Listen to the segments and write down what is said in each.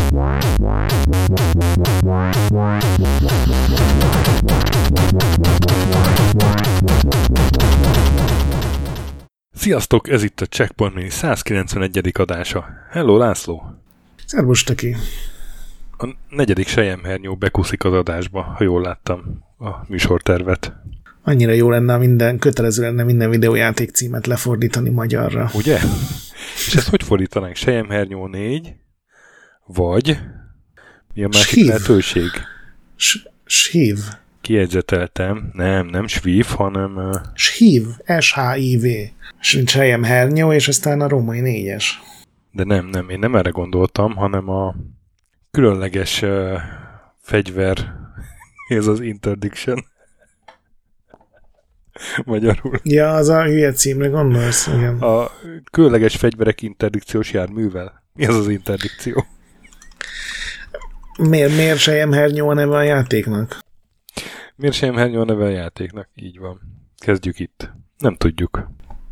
Sziasztok, ez itt a Checkpoint Mini 191. adása. Hello, László! Szervusz, Taki! A 4. selyemhernyó bekuszik az adásba, ha jól láttam a műsortervet. Annyira jó lenne, kötelező lenne minden videójáték címet lefordítani magyarra. Ugye? És ezt hogy fordítanánk? Selyemhernyó 4, vagy mi a másik lehetőség? Shiv. Kiegyzeteltem. Nem Sviv, hanem... Shiv. S-H-I-V. Selyemhernyó, és aztán a római 4-es. De nem, én nem erre gondoltam, hanem a különleges fegyver, ez az interdiction. Magyarul. Ja, az a hülye címre gondolsz, igen. A különleges fegyverek interdikciós járművel. Mi az az interdikció? Miért selyemhernyó a neve a játéknak? Miért selyemhernyó a neve a játéknak? Így van. Kezdjük itt. Nem tudjuk.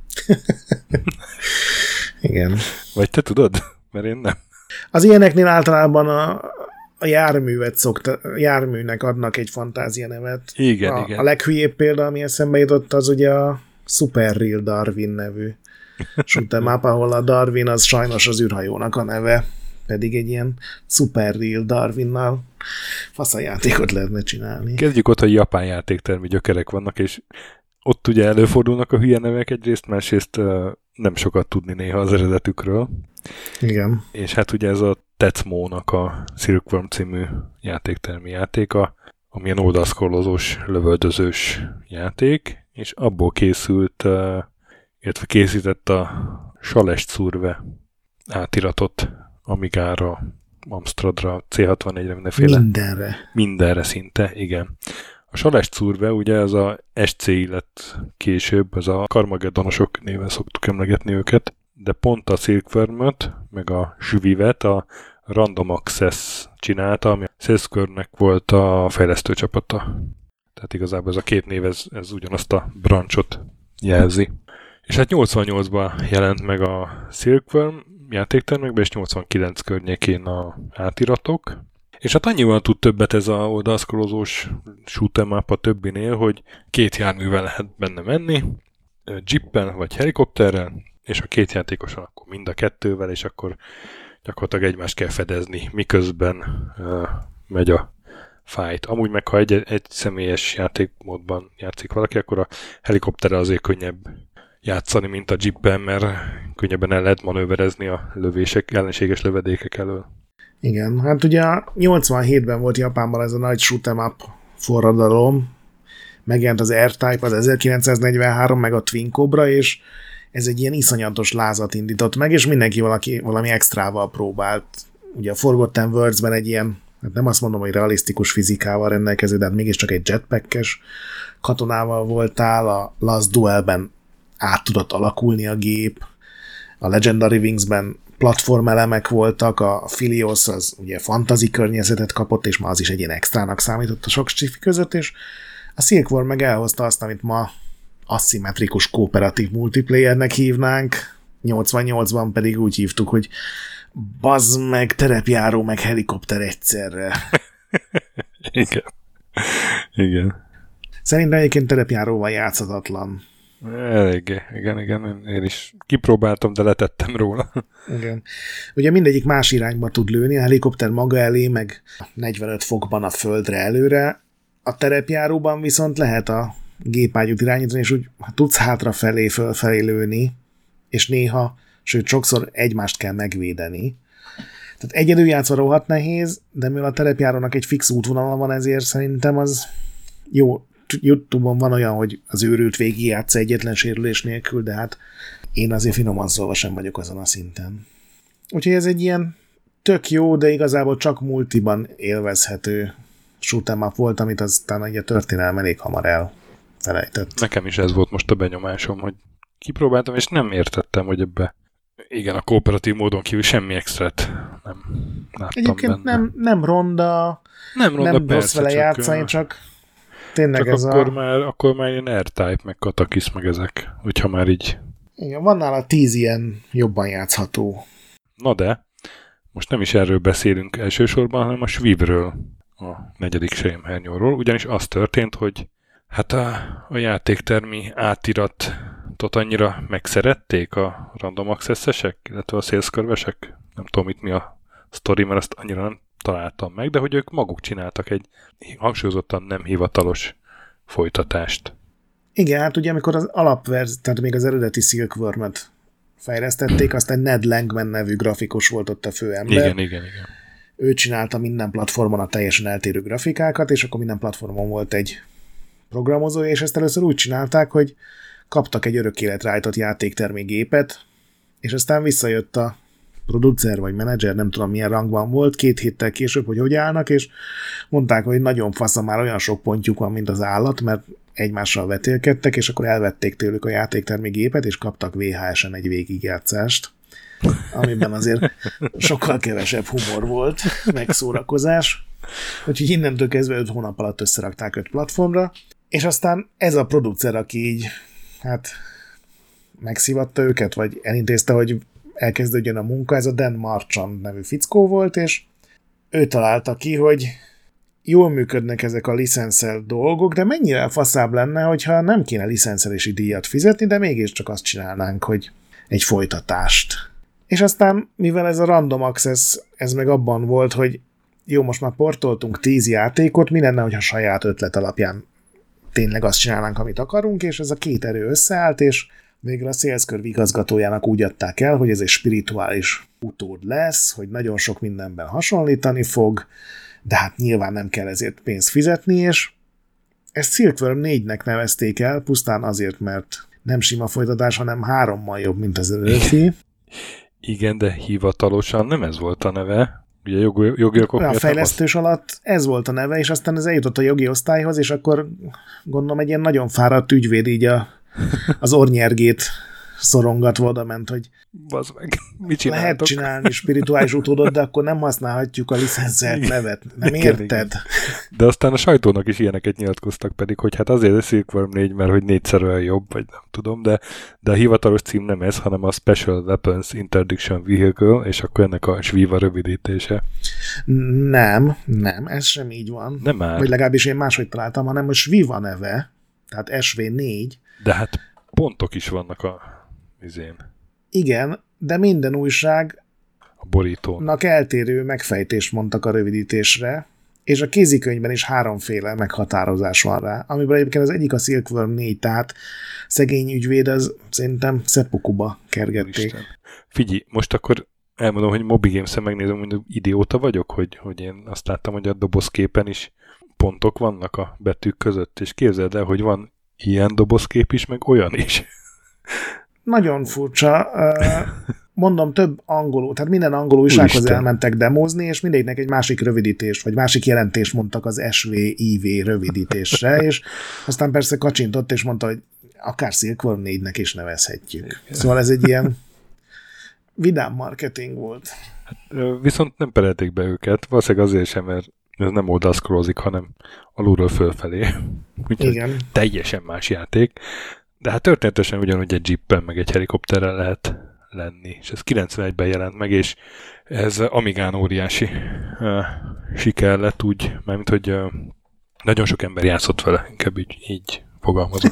Igen. Vagy te tudod? Mert én nem. Az ilyeneknél általában a járműnek adnak egy fantázia nevet. Igen. A leghülyébb példa, ami eszembe jutott, az ugye a Super Real Darwin nevű shoot'em up, ahol a Darwin az sajnos az űrhajónak a neve, pedig egy ilyen Super Real Darwinnal faszajátékot lehetne csinálni. Kezdjük ott, hogy japán játéktermi gyökerek vannak, és ott ugye előfordulnak a hülye nevek egyrészt, másrészt nem sokat tudni néha az eredetükről. Igen. És hát ugye ez a Tecmo-nak a Silkworm című játéktermi játéka, amilyen oldalszkollozós, lövöldözős játék, és abból készült, illetve készített a Salest-Szurve átiratot Amigára, Amstradra, C64-re, mindenféle. Mindenre szinte, igen. A Salest-Szurve ugye ez a SC lett később, ez a Carmageddonosok néven szoktuk emlegetni őket, de pont a Silkworm-öt, meg a Svivet a Random Access csinálta, ami a Silkworm-nek volt a fejlesztő csapata. Tehát igazából ez a két név, ez ugyanazt a branchot jelzi. És hát 88-ban jelent meg a Silkworm játéktermekben, és 89 környékén a átiratok. És hát annyival tud többet ez a oldalszkrolozós shoot'em up a többinél, hogy 2 járművel lehet benne menni, jeeppel vagy helikopterrel, és a 2 játékosan akkor mind a 2-vel, és akkor gyakorlatilag egymást kell fedezni, miközben megy a fight. Amúgy meg, ha egy személyes játékmódban játszik valaki, akkor a helikopterrel azért könnyebb játszani, mint a jeeppen, mert könnyebben el lehet manőverezni a lövések, ellenséges lövedékek elől. Igen, hát ugye 87-ben volt Japánban ez a nagy shoot'em up forradalom, megjelent az R-Type, az 1943, meg a Twin Cobra, és ez egy ilyen iszonyatos lázat indított meg, és mindenki valami extrával próbált. Ugye a Forgotten Worlds-ben egy ilyen, hát nem azt mondom, hogy realisztikus fizikával rendelkező, de hát mégiscsak egy jetpackes katonával voltál, a Last Duel-ben át tudott alakulni a gép, a Legendary Wings-ben platformelemek voltak, a Philios az ugye fantasy környezetet kapott, és ma az is egy ilyen extrának számított a sok sci-fi között, és a Silkworm meg elhozta azt, amit ma aszimmetrikus kooperatív multiplayernek hívnánk, 88-ban pedig úgy hívtuk, hogy bazd meg, terepjáró, meg helikopter egyszerre. Igen. Szerintem egyébként terepjáróval játszhatatlan. Eléggé, igen, én is kipróbáltam, de letettem róla. Igen. Ugye mindegyik más irányba tud lőni, a helikopter maga elé, meg 45 fokban a földre előre, a terepjáróban viszont lehet a gépágyút irányítani, és úgy tudsz hátrafelé, fölfelé lőni, és néha, sőt sokszor egymást kell megvédeni. Tehát egyedül játszva rohadt nehéz, de mivel a terepjárónak egy fix útvonala van, ezért szerintem az jó. YouTube-on van olyan, hogy az őrült végigjátsz egyetlen sérülés nélkül, de hát én azért finoman szólva sem vagyok azon a szinten. Úgyhogy ez egy ilyen tök jó, de igazából csak multiban élvezhető shoot'em up volt, amit aztán a történelem elég hamar elfelejtett. Nekem is ez volt most a benyomásom, hogy kipróbáltam, és nem értettem, hogy ebbe igen, a kooperatív módon kívül semmi extrát nem láttam egyébként benne. Nem ronda, nem rossz vele játszani, csak tényleg csak ez akkor már ilyen R-Type, meg Katakis, meg ezek, hogyha már így... Igen, van nála 10 ilyen jobban játszható. Na de, most nem is erről beszélünk elsősorban, hanem a Swiftről, a 4. selyemhernyóról, ugyanis az történt, hogy hát a játéktermi átiratot annyira megszerették a random access-esek, illetve a sales-körvesek. Nem tudom itt mi a sztori, mert azt annyira nem találtam meg, de hogy ők maguk csináltak egy hangsúlyozottan nem hivatalos folytatást. Igen, hát ugye amikor az tehát még az eredeti Silkworm-et fejlesztették, aztán Ned Langman nevű grafikus volt ott a főember. Igen. Ő csinálta minden platformon a teljesen eltérő grafikákat, és akkor minden platformon volt egy programozója, és ezt először úgy csinálták, hogy kaptak egy örök életre állított játéktermi gépet, és aztán visszajött a producer vagy menedzser, nem tudom milyen rangban volt, 2 héttel később, hogy állnak, és mondták, hogy nagyon fasza, már olyan sok pontjuk van, mint az állat, mert egymással vetélkedtek, és akkor elvették tőlük a játéktermi gépet, és kaptak VHS-en egy végigjátszást, amiben azért sokkal kevesebb humor volt, meg szórakozás. Úgyhogy innentől kezdve 5 hónap alatt összerakták 5 platformra, és aztán ez a producer, aki így hát megszivatta őket, vagy elintézte, hogy elkezdődjön a munka, ez a Dan Marchand nevű fickó volt, és ő találta ki, hogy jól működnek ezek a licenszel dolgok, de mennyire faszább lenne, hogyha nem kéne licenszelési díjat fizetni, de mégiscsak azt csinálnánk, hogy egy folytatást. És aztán, mivel ez a random access, ez meg abban volt, hogy jó, most már portoltunk 10 játékot, mi lenne, hogyha saját ötlet alapján tényleg azt csinálnánk, amit akarunk, és ez a 2 erő összeállt, és végül a Sales Curve igazgatójának úgy adták el, hogy ez egy spirituális utód lesz, hogy nagyon sok mindenben hasonlítani fog, de hát nyilván nem kell ezért pénzt fizetni, és ezt Silkworm 4-nek nevezték el, pusztán azért, mert nem sima folytatás, hanem 3-mal jobb, mint az eredeti. Igen, de hivatalosan nem ez volt a neve. Ugye jogi okok a fejlesztős alatt ez volt a neve, és aztán ez eljutott a jogi osztályhoz, és akkor gondolom egy ilyen nagyon fáradt ügyvéd így az ornyergét szorongatva oda ment, hogy bazd meg, mit csináltok? Lehet csinálni spirituális utódot, de akkor nem használhatjuk a licenszelt nevet. Nem érted? Igen. De aztán a sajtónak is ilyeneket nyilatkoztak pedig, hogy hát azért a Silkworm 4, mert hogy 4-szer olyan jobb, vagy nem tudom, de a hivatalos cím nem ez, hanem a Special Weapons Interdiction Vehicle, és akkor ennek a SWIVA rövidítése. Nem, ez sem így van. Nem már. Vagy legalábbis én máshogy találtam, hanem a SWIVA neve, tehát SV4. De hát pontok is vannak a vizén. Igen, de minden újság a borítónak eltérő megfejtést mondtak a rövidítésre, és a kézikönyvben is 3 meghatározás van rá, amiből egyébként az egyik a Silkworm 4, tehát szegény ügyvéd, az szerintem seppukuba kergették. Isten. Figyelj, most akkor elmondom, hogy Moby Games-en megnézem, hogy idióta vagyok, hogy én azt láttam, hogy a dobozképen is pontok vannak a betűk között, és képzeld el, hogy van ilyen dobozkép is, meg olyan is. Nagyon furcsa. Mondom, több angolul, tehát minden angol újsághoz elmentek demózni, és mindegyiknek egy másik rövidítést, vagy másik jelentést mondtak az SVIV rövidítésre, és aztán persze kacsintott, és mondta, hogy akár Silkworm 4-nek is nevezhetjük. Szóval ez egy ilyen vidám marketing volt. Hát, viszont nem perelték be őket, valószínűleg azért sem, mert ez nem oldalszkrollozik, hanem alulról fölfelé. Úgyhogy igen. Teljesen más játék. De hát történetesen ugyanúgy egy jeepen, meg egy helikopterrel lehet lenni. És ez 91-ben jelent meg, és ez Amigán óriási siker lett úgy, mármint, hogy nagyon sok ember játszott vele, inkább így fogalmazom.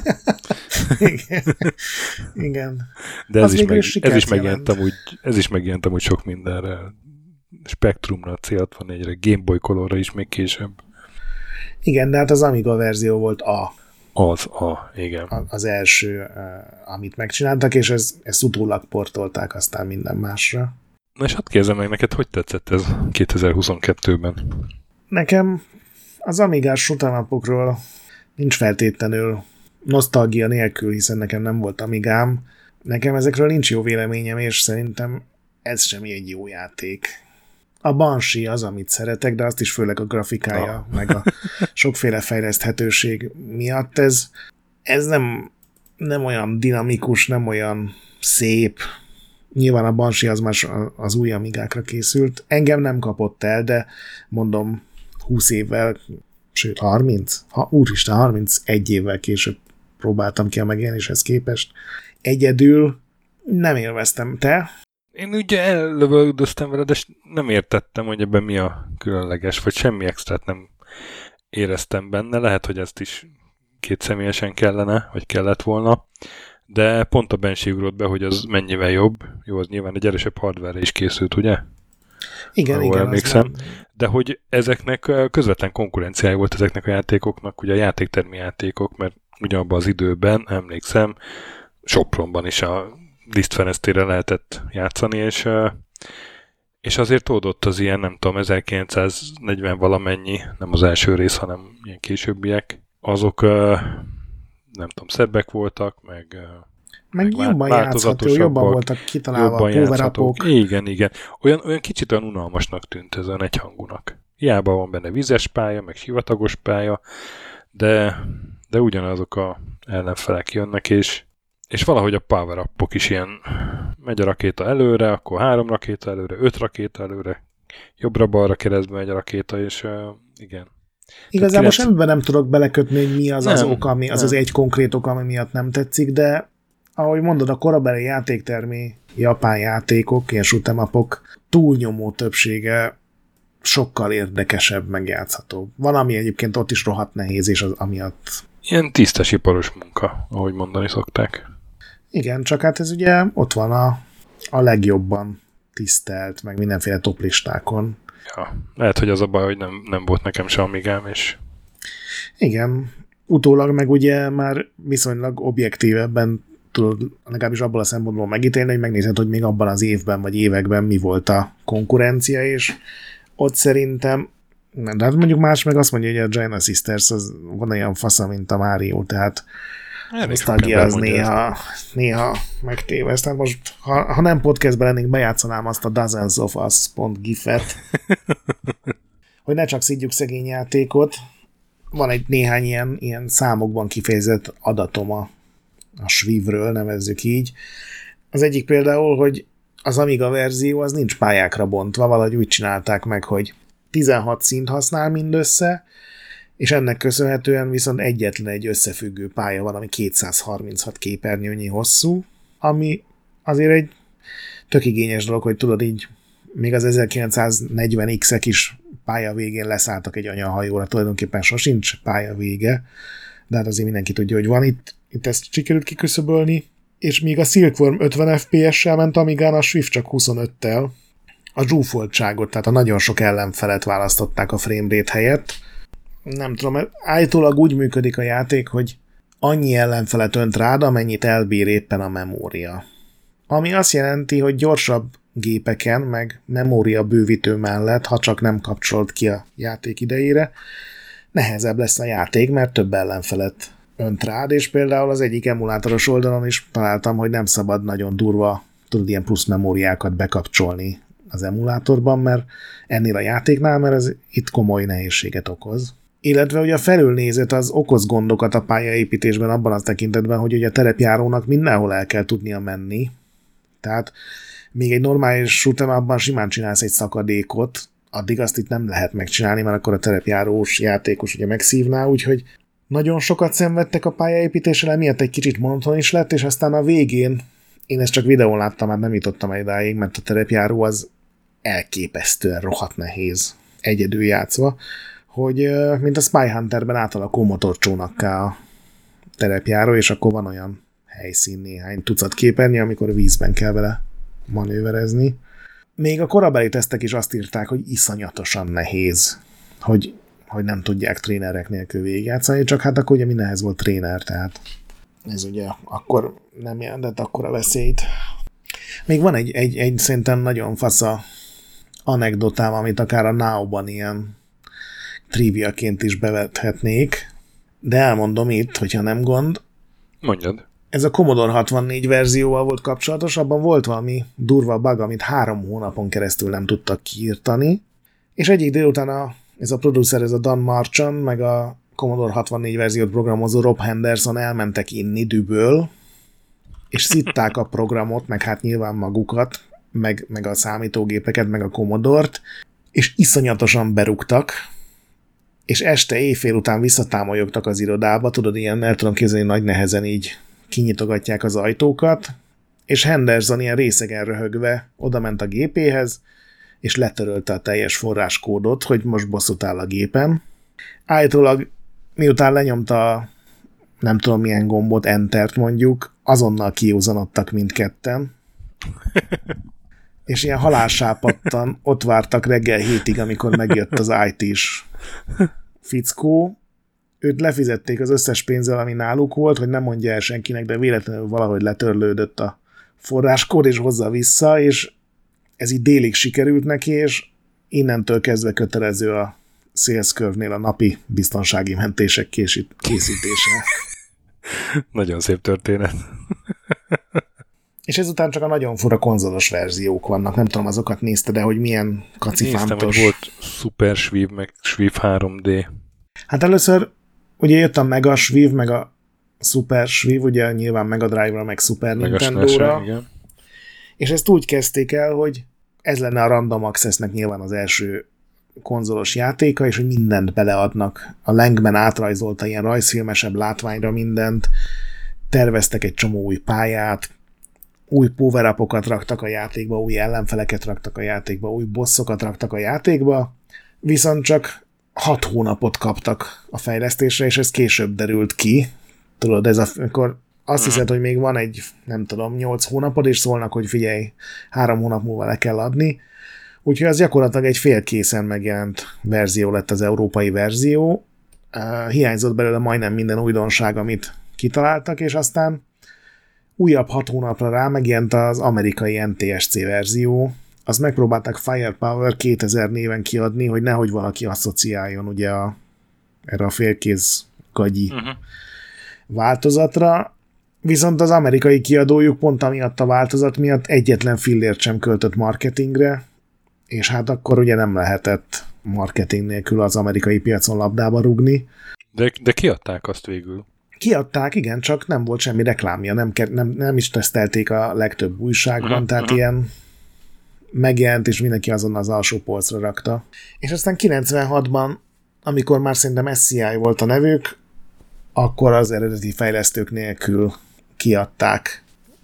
Igen. De ez is megjelent amúgy sok mindenre. Spectrumra, C64-re, Game Boy Colorra is még később. Igen, de hát az Amiga verzió volt igen. Az első, amit megcsináltak, és ezt utólag portolták aztán minden másra. Na és hadd kérdezem meg neked, hogy tetszett ez 2022-ben? Nekem az Amigás shoot'em-upokról nincs feltétlenül nosztalgia nélkül, hiszen nekem nem volt Amigám. Nekem ezekről nincs jó véleményem, és szerintem ez sem egy jó játék. A Banshee az, amit szeretek, de azt is főleg a grafikája, meg a sokféle fejleszthetőség miatt. Ez nem olyan dinamikus, nem olyan szép. Nyilván a Banshee az már az új Amigákra készült. Engem nem kapott el, de mondom 20 évvel, sőt 31 évvel később próbáltam ki a megjelenéshez képest. Egyedül nem élveztem. Te? Én ugye ellövöldöztem vele, de nem értettem, hogy ebben mi a különleges, vagy semmi extrát nem éreztem benne. Lehet, hogy ezt is kétszemélyesen kellene, vagy kellett volna, de pont a benség ugrott be, hogy az mennyivel jobb. Jó, az nyilván egy erősebb hardware is készült, ugye? Igen. Emlékszem. De hogy ezeknek közvetlen konkurenciája volt ezeknek a játékoknak, ugye a játéktermi játékok, mert ugyanabban az időben, emlékszem, Sopronban is a Lisztfenesztére lehetett játszani, és azért oldott az ilyen, nem tudom, 1940 valamennyi, nem az első rész, hanem ilyen későbbiek, azok nem tudom, szebbek voltak, meg jobban játszható, jobban voltak kitalálva a power-upok. Igen. Olyan kicsit olyan unalmasnak tűnt ez, olyan egyhangúnak. Hiába van benne vizes pálya, meg sivatagos pálya, de ugyanazok a ellenfelek jönnek, és valahogy a power-upok is ilyen, megy a rakéta előre, akkor 3 rakéta előre, 5 rakéta előre, jobbra-balra keresztbe megy a rakéta, és igen. Igazából semmiben nem tudok belekötni, hogy mi az ok, ami az egy konkrét ok, ami miatt nem tetszik, de ahogy mondod, a korabeli játéktermi japán játékok, ilyen shoot'em upok túlnyomó többsége sokkal érdekesebb, megjátszható. Van, ami egyébként ott is rohadt nehéz, és az amiatt... Ilyen tisztes iparos munka, ahogy mondani szokták. Igen, csak hát ez ugye ott van a legjobban tisztelt, meg mindenféle toplistákon. Ja, lehet, hogy az a baj, hogy nem volt nekem se Amigám, és... Igen, utólag meg ugye már viszonylag objektívebben tudod legalábbis abban a szempontból megítélni, hogy megnézed, hogy még abban az évben vagy években mi volt a konkurencia, és ott szerintem, de hát mondjuk más meg azt mondja, hogy a Giant Sisters az van olyan fasza, mint a Mario, tehát nosztalgia az néha megtéveszt. Tehát most, ha nem podcastben lennénk, bejátszanám azt a Dozens of Us.gif-et, hogy ne csak szidjuk szegény játékot. Van egy néhány ilyen számokban kifejezett adatom a Swivről, nevezzük így. Az egyik például, hogy az Amiga verzió az nincs pályákra bontva, valahogy úgy csinálták meg, hogy 16 színt használ mindössze, és ennek köszönhetően viszont egyetlen egy összefüggő pálya van, ami 236 képernyőnyi hosszú, ami azért egy tök igényes dolog, hogy tudod így, még az 1940X-ek is pálya végén leszálltak egy anyahajóra, tulajdonképpen sosincs pálya vége, de hát azért mindenki tudja, hogy van itt ezt sikerült kiküszöbölni, és míg a Silkworm 50 FPS-sel ment Amigán, a Swift csak 25-tel. A zsúfoltságot, tehát a nagyon sok ellenfelet választották a framerate helyett. Nem tudom, állítólag úgy működik a játék, hogy annyi ellenfelet önt rád, amennyit elbír éppen a memória. Ami azt jelenti, hogy gyorsabb gépeken, meg memória bővítő mellett, ha csak nem kapcsolt ki a játék idejére, nehezebb lesz a játék, mert több ellenfelet önt rád, és például az egyik emulátoros oldalon is találtam, hogy nem szabad nagyon durva, tudod, ilyen plusz memóriákat bekapcsolni az emulátorban, mert ennél a játéknál, mert ez itt komoly nehézséget okoz. Illetve ugye a felülnézet az okoz gondokat a pályaépítésben abban az tekintetben, hogy ugye a terepjárónak mindenhol el kell tudnia menni. Tehát még egy normális shoot'em upban simán csinálsz egy szakadékot, addig azt itt nem lehet megcsinálni, mert akkor a terepjárós játékos ugye megszívná, úgyhogy nagyon sokat szenvedtek a pályaépítéssel, emiatt egy kicsit monoton is lett, és aztán a végén, én ezt csak videón láttam, már nem jutottam idáig, mert a terepjáró az elképesztően rohadt nehéz egyedül játszva, hogy mint a Spy Hunterben átalakul motorcsónakká a terepjáró, és akkor van olyan helyszín néhány tucat képernyő, amikor vízben kell vele manőverezni. Még a korabeli tesztek is azt írták, hogy iszonyatosan nehéz, hogy nem tudják trénerek nélkül végigjátszani, csak hát akkor ugye mindenhez volt tréner, tehát ez ugye akkor nem jelentett akkora veszélyt. Még van egy szerintem nagyon fasza anekdotám, amit akár a Now-ban ilyen triviaként is bevethetnék, de elmondom itt, hogyha nem gond. Mondjad. Ez a Commodore 64 verzióval volt kapcsolatos, abban volt valami durva bug, amit 3 hónapon keresztül nem tudtak kiírtani, és egyik délután ez a producer, ez a Dan Marchand, meg a Commodore 64 verziót programozó Rob Henderson elmentek inni düböl, és szitták a programot, meg hát nyilván magukat, meg a számítógépeket, meg a Commodore-t, és iszonyatosan berúgtak, és este éjfél után visszatámolyogtak az irodába, tudod, ilyen el tudom képzelni, nagy nehezen így kinyitogatják az ajtókat, és Henderson ilyen részegen röhögve odament a gépéhez, és letörölte a teljes forráskódot, hogy most bosszút áll a gépen. Állítólag miután lenyomta a nem tudom milyen gombot, Entert mondjuk, azonnal kiúzanodtak mindketten. És ilyen halálsápadtan ott vártak reggel 7-ig, amikor megjött az IT-s fickó. Őt lefizették az összes pénzzel, ami náluk volt, hogy nem mondja el senkinek, de véletlenül valahogy letörlődött a forráskód, és hozza vissza, és ez így délig sikerült neki, és innentől kezdve kötelező a Sales Curve-nél a napi biztonsági mentések készítése. Nagyon szép történet. És ezután csak a nagyon fura konzolos verziók vannak. Nem tudom, azokat nézte, de hogy milyen kacifántos. Néztem, hogy volt Super Swiv, meg Swiv 3D. Hát először ugye jött a Mega Swiv, meg a Super Swiv, ugye nyilván Mega Drive-ra, meg Super Nintendo-ra. És ezt úgy kezdték el, hogy ez lenne a Random Access-nek nyilván az első konzolos játéka, és hogy mindent beleadnak. A Langman átrajzolta ilyen rajzfilmesebb látványra mindent, terveztek egy csomó új pályát, új power-upokat raktak a játékba, új ellenfeleket raktak a játékba, új bossokat raktak a játékba, viszont csak 6 hónapot kaptak a fejlesztésre, és ez később derült ki. Tudod, amikor azt hiszed, hogy még van egy, nem tudom, 8 hónapod, és szólnak, hogy figyelj, 3 hónap múlva le kell adni. Úgyhogy az gyakorlatilag egy félkészen megjelent verzió lett az európai verzió. Hiányzott belőle majdnem minden újdonság, amit kitaláltak, és aztán újabb 6 hónapra rá megjelent az amerikai NTSC verzió. Azt megpróbálták Firepower 2000 néven kiadni, hogy nehogy valaki asszociáljon ugye erre a félkéz gagyi változatra. Viszont az amerikai kiadójuk pont amiatt a változat miatt egyetlen fillért sem költött marketingre, és hát akkor ugye nem lehetett marketing nélkül az amerikai piacon labdába rúgni. De kiadták azt végül. Kiadták, igen, csak nem volt semmi reklámja, nem is tesztelték a legtöbb újságban, tehát ilyen megjelent, és mindenki azon az alsó polcra rakta. És aztán 96-ban, amikor már szerintem SCI volt a nevük, akkor az eredeti fejlesztők nélkül kiadták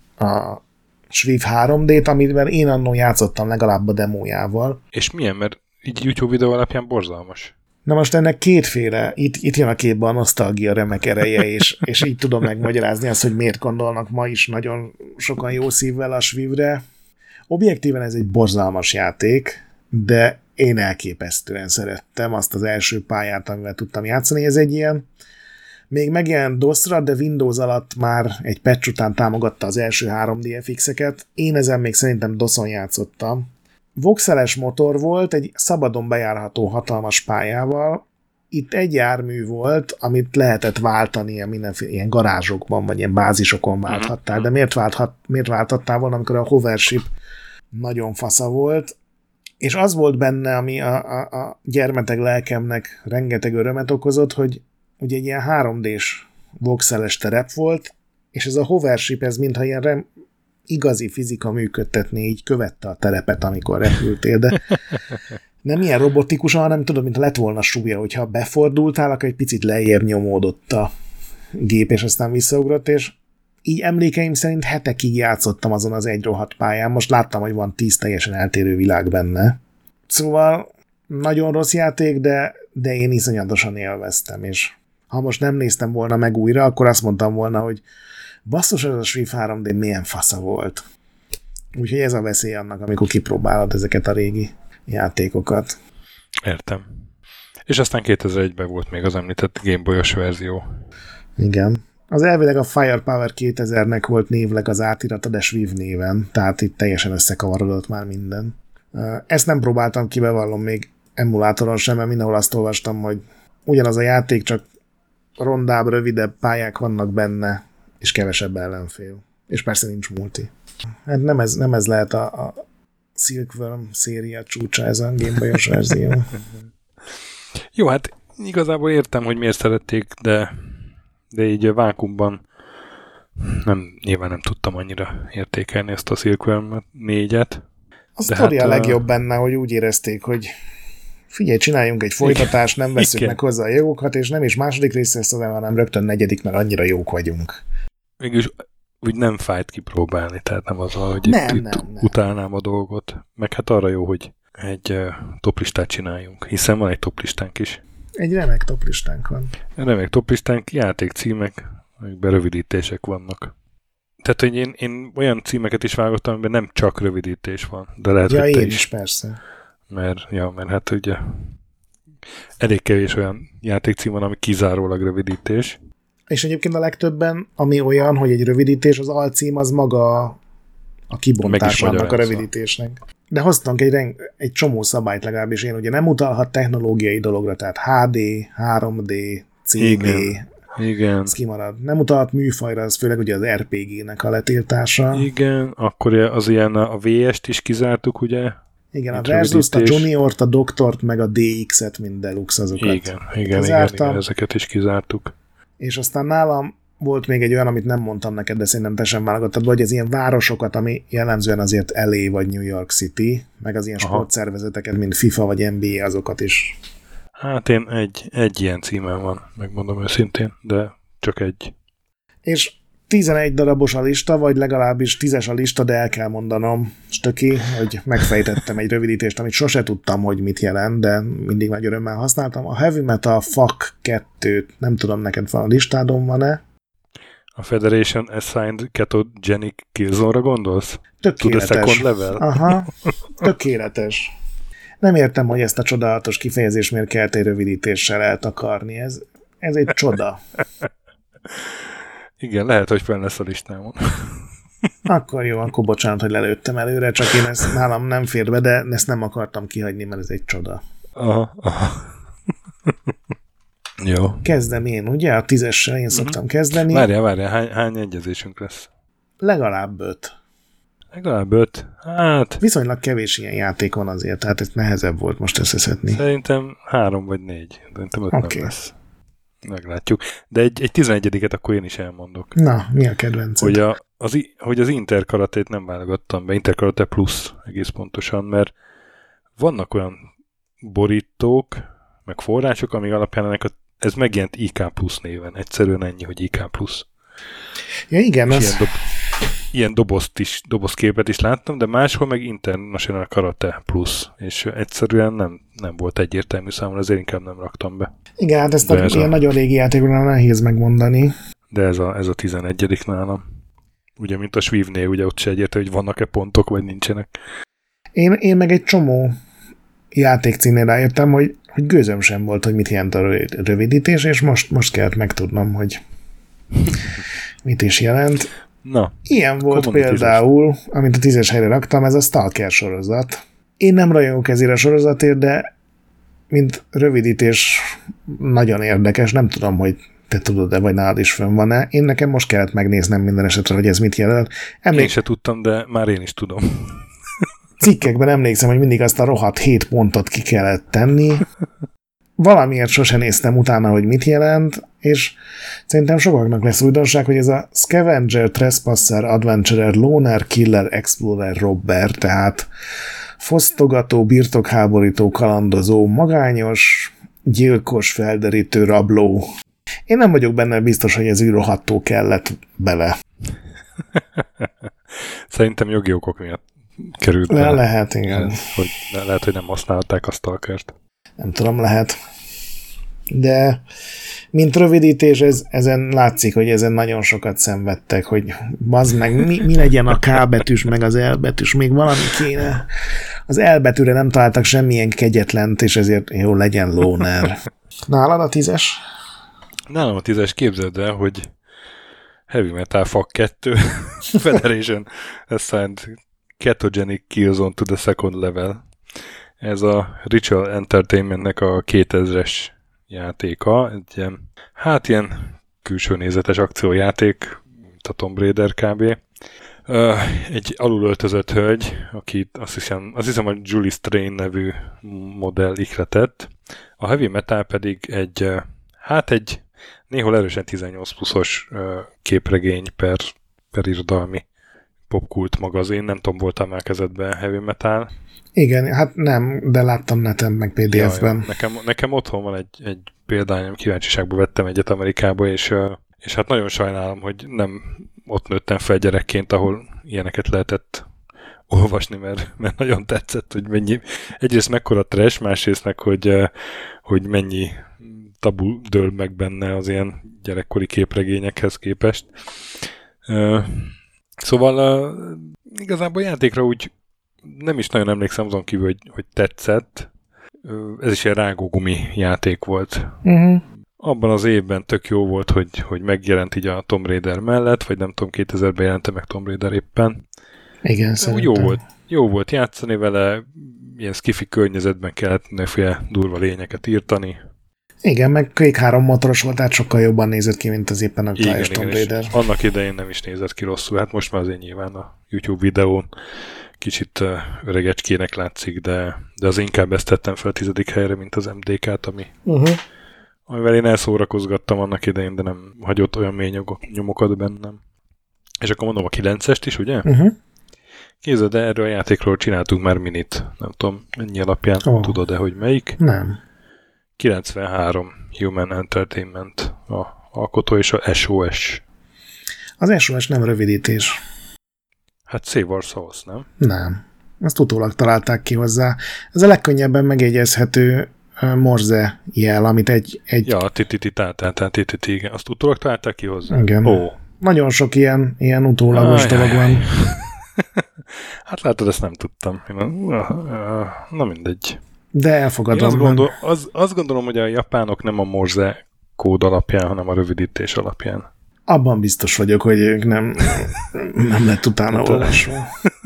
a Swiv 3D-t, amivel én annól játszottam legalább a demójával. És milyen? Mert így YouTube videó alapján borzalmas. Na most ennek kétféle, itt jön a képbe a nosztalgia remek ereje, és így tudom megmagyarázni azt, hogy miért gondolnak ma is nagyon sokan jó szívvel a Swivre. Objektíven ez egy borzalmas játék, de én elképesztően szerettem azt az első pályát, amivel tudtam játszani. Ez egy ilyen, még megjelent DOS-ra, de Windows alatt már egy patch után támogatta az első 3D FX-eket. Én ezen még szerintem DOS-on játszottam. Voxeles motor volt, egy szabadon bejárható hatalmas pályával. Itt egy jármű volt, amit lehetett váltani a mindenféle ilyen garázsokban, vagy ilyen bázisokon válthattál. De miért válthattál volna, amikor a hovership nagyon fasza volt? És az volt benne, ami a gyermeteg lelkemnek rengeteg örömet okozott, hogy ugye egy ilyen 3D-s voxeles terep volt, és ez a hovership, ez mintha ilyen igazi fizika működtetné, így követte a terepet, amikor repültél, de nem ilyen robotikusan, hanem tudod, mintha lett volna súlya, hogyha befordultál, akkor egy picit lejjebb nyomódott a gép, és aztán visszaugrott, és így emlékeim szerint hetekig játszottam azon az egy rohadt pályán, most láttam, hogy van 10 teljesen eltérő világ benne. Szóval nagyon rossz játék, de én iszonyatosan élveztem, és ha most nem néztem volna meg újra, akkor azt mondtam volna, hogy basszus, ez a Swiv 3D milyen fasza volt. Úgyhogy ez a veszély annak, amikor kipróbálod ezeket a régi játékokat. Értem. És aztán 2001-ben volt még az említett Game Boy-os verzió. Igen. Az elvileg a Firepower 2000-nek volt névleg az átirata, de Swiv néven, tehát itt teljesen összekavarodott már minden. Ezt nem próbáltam ki, bevallom még emulátoron sem, mert mindenhol azt olvastam, hogy ugyanaz a játék, csak rondább, rövidebb pályák vannak benne, és kevesebb ellenfél. És persze nincs multi. Hát nem ez lehet a Silkworm széria csúcsa, ez a Game Boy-os verzió. Jó, hát igazából értem, hogy miért szerették, de így a vákumban nyilván nem tudtam annyira értékelni ezt a Silkworm 4-et. A sztori a legjobb benne, hogy úgy érezték, hogy figyelj, csináljunk egy folytatást, nem veszünk meg hozzá a jogokat, és nem is második rész lesz, hanem rögtön negyedik, mert annyira jók vagyunk. Mégis úgy nem fájt kipróbálni, tehát nem az, hogy itt utálnám a dolgot. Meg hát arra jó, hogy egy toplistát csináljunk, hiszen van egy toplistánk is. Egy remek toplistánk van. Remek toplistánk, játékcímek, amikben rövidítések vannak. Tehát, hogy én olyan címeket is vágottam, amiben nem csak rövidítés van, de lehet, hogy te is. Persze. Mert hát ugye elég kevés olyan játékcím van, ami kizárólag rövidítés. És egyébként a legtöbben, ami olyan, hogy egy rövidítés, az alcím az maga a kibontás annak a rövidítésnek. De hoztunk egy csomó szabályt, legalábbis én, ugye nem utalhat technológiai dologra, tehát HD, 3D, CD, igen. Ez kimarad. Nem utalhat műfajra, az főleg ugye az RPG-nek a letiltása. Igen, akkor az ilyen a VS-t is kizártuk, ugye? Igen, a Versus-t, a Juniort, a Doktort, meg a DX-et, mint Deluxe azokat. Igen, ezeket is kizártuk. És aztán nálam volt még egy olyan, amit nem mondtam neked, de szerintem te sem válogattad, vagy az ilyen városokat, ami jellemzően azért LA vagy New York City, meg az ilyen sportszervezeteket, mint FIFA vagy NBA, azokat is. Hát én egy ilyen címem van, megmondom őszintén, de csak egy. És 11 darabos a lista, vagy legalábbis 10-es a lista, de el kell mondanom, Stöki, hogy megfejtettem egy rövidítést, amit sose tudtam, hogy mit jelent, de mindig nagy örömmel használtam. A Heavy Metal FAK 2-t, nem tudom, neked van a listádon van-e? A Federation Assigned Ketogenic Killzone-ra gondolsz? Tökéletes. To the second level? Aha, tökéletes. Nem értem, hogy ezt a csodálatos kifejezést miért kellett egy rövidítéssel eltakarni. Ez egy csoda. Igen, lehet, hogy fenn lesz a listámon. Akkor jó, akkor bocsánat, hogy lelőttem előre, csak én ezt nálam nem fér be, de ezt nem akartam kihagyni, mert ez egy csoda. Aha. Jó. Kezdem én, ugye? A 10-essel én szoktam kezdeni. Várjál, hány egyezésünk lesz? Legalább 5. Legalább 5? Hát... Viszonylag kevés ilyen játék van azért, tehát ez nehezebb volt most összeszedni. Szerintem 3 vagy 4. Szerintem 5 nem lesz. Meglátjuk. De egy 11-et akkor én is elmondok. Na, mi a kedvenced? Hogy az Interkaratét nem válogattam be, Interkarate Plus egész pontosan, mert vannak olyan borítók, meg források, amik alapján ez megjelent IK Plus néven. Egyszerűen ennyi, hogy IK Plus. Ja, igen. Ilyen dobozképet is láttam, de máshol meg International Karate Plus, és egyszerűen nem volt egyértelmű számomra, ezért inkább nem raktam be. Igen, hát ezt ilyen nagyon régi játékoknál nehéz megmondani. De ez a 11. nálam. Ugye, mint a Swiftnél, ugye ott se egyértelmű, hogy vannak-e pontok, vagy nincsenek. Én meg egy csomó játékcímnél rájöttem, hogy gőzöm sem volt, hogy mit jelent a rövidítés, és most kellett megtudnom, hogy mit is jelent. Na, ilyen volt például, amit a 10-es helyre raktam, ez a Stalker sorozat. Én nem rajongok ezért a sorozatért, de mint rövidítés nagyon érdekes, nem tudom, hogy te tudod-e, vagy nálad is fönn van-e. Nekem most kellett megnéznem minden esetre, hogy ez mit jelent. Én se tudtam, de már én is tudom. Cikkekben emlékszem, hogy mindig azt a rohadt 7 pontot ki kellett tenni. Valamiért sose néztem utána, hogy mit jelent, és szerintem sokaknak lesz újdonság, hogy ez a Scavenger, Trespasser, Adventurer, Loner, Killer, Explorer, Robber, tehát fosztogató, birtokháborító, kalandozó, magányos, gyilkos, felderítő, rabló. Én nem vagyok benne biztos, hogy ez rohadtó kellett bele. Szerintem jogi okok miatt került bele. Lehet, igen. Lehet, hogy nem használták a Stalkert. Nem tudom, lehet. De mint rövidítés, ezen látszik, hogy ezen nagyon sokat szenvedtek, hogy bazd meg, mi legyen a K betűs, meg az L betűs, még valami kéne. Az L betűre nem találtak semmilyen kegyetlent, és ezért jó, legyen Loner. Nálad a 10-es? Nálam a 10-es, képzeld el, hogy Heavy Metal FAK 2 Federation Assigned Ketogenic Killzone to the second level. Ez a Ritual Entertainmentnek a 2000-es játéka, egy ilyen külső nézetes akciójáték, mint a Tomb Raider kb. Egy alulöltözött hölgy, akit azt hiszem a Julie Strain nevű modell ihletett. A Heavy Metal pedig egy néhol erősen 18 pluszos képregény per irodalmi popkult magazin, nem tudom, voltál már kezedben Heavy Metal? Igen, hát nem, de láttam neten, meg PDF-ben. Nekem otthon van egy példányom, kíváncsiságból vettem egyet Amerikába, és hát nagyon sajnálom, hogy nem ott nőttem fel gyerekként, ahol ilyeneket lehetett olvasni, mert nagyon tetszett, hogy mennyi, egyrészt mekkora trash, másrészt meg, hogy mennyi tabu dől meg benne az ilyen gyerekkori képregényekhez képest. Szóval igazából a játékra úgy nem is nagyon emlékszem azon kívül, hogy tetszett. Ez is egy rágógumi játék volt. Uh-huh. Abban az évben tök jó volt, hogy megjelent így a Tomb Raider mellett, vagy nem tudom, 2000-ben jelente meg Tomb Raider éppen. Igen, szerintem. Jó volt játszani vele, ilyen skifi környezetben kellett mindenféle durva lényeket írtani. Igen, meg Quake 3 motoros volt, tehát sokkal jobban nézett ki, mint az éppen a Tomb Raider. Annak idején nem is nézett ki rosszul, hát most már azért nyilván a YouTube videón kicsit öregecskének látszik, de az inkább ezt tettem fel a 10. helyre, mint az MDK-t, amivel én elszórakozgattam annak idején, de nem hagyott olyan mély nyomokat bennem. És akkor mondom a 9-est is, ugye? Képzeld, de erről a játékról csináltunk már minit. Nem tudom, ennyi alapján tudod-e, hogy melyik? Nem. 93 Human Entertainment a alkotó, és a SOS. Az SOS nem rövidítés. Hát Save Souls, nem? Nem. Ezt utólag találták ki hozzá. Ez a legkönnyebben megjegyezhető morze jel, amit egy... Ja, igen. Azt utólag találták ki hozzá? Igen. Nagyon sok ilyen utólagos dolog van. Hát látod, ezt nem tudtam. Na mindegy. De elfogadom. Azt gondolom, hogy a japánok nem a morze kód alapján, hanem a rövidítés alapján. Abban biztos vagyok, hogy ők nem lett utána olvasva.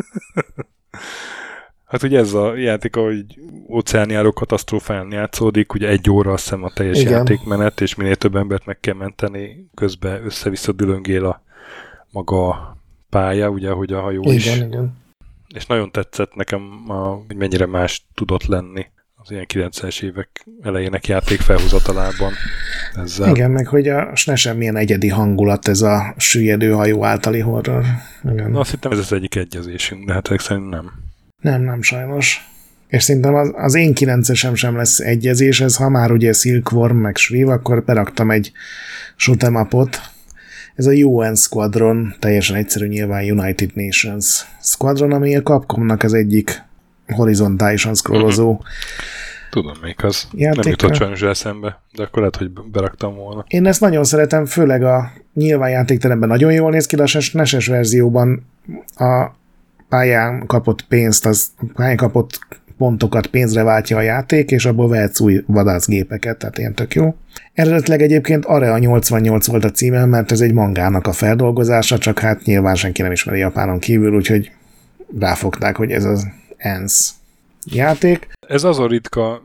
Hát ugye ez a játék, ahogy óceánjáró katasztrófán játszódik, ugye 1 óra azt hiszem a teljes játékmenet, és minél több embert meg kell menteni, közben össze-vissza dülöngél a maga pálya, ugye, ahogy a hajó is. Igen. És nagyon tetszett nekem, hogy mennyire más tudott lenni az ilyen 90-es évek elejének játék felhozatalában. Ezzel. Igen, meg hogy a SNES-en milyen egyedi hangulat ez a süllyedő hajó általi horror. Igen. Na, azt hittem, ez az egyik egyezésünk, de hát szerintem nem. Nem sajnos. És szerintem az én 9-esem sem lesz egyezés, ez ha már ugye Silkworm meg Shriv, akkor beraktam egy shoot'em upot. Ez a UN Squadron, teljesen egyszerű nyilván United Nations Squadron, ami a Capcomnak az egyik horizontálisan scrollozó Tudom, még az játéka. Nem jutott sajnos eszembe, de akkor lehet, hogy beraktam volna. Én ezt nagyon szeretem, főleg a nyilván játékteremben nagyon jól néz ki, de a SNES-es verzióban a pályán kapott pénzt, pályán kapott pontokat pénzre váltja a játék, és abból vehetsz új vadászgépeket, tehát ilyen tök jó. Eredetileg egyébként Area 88 volt a címe, mert ez egy mangának a feldolgozása, csak hát nyilván senki nem ismeri Japánon kívül, úgyhogy ráfogták, hogy ez az ENSZ játék. Ez az a ritka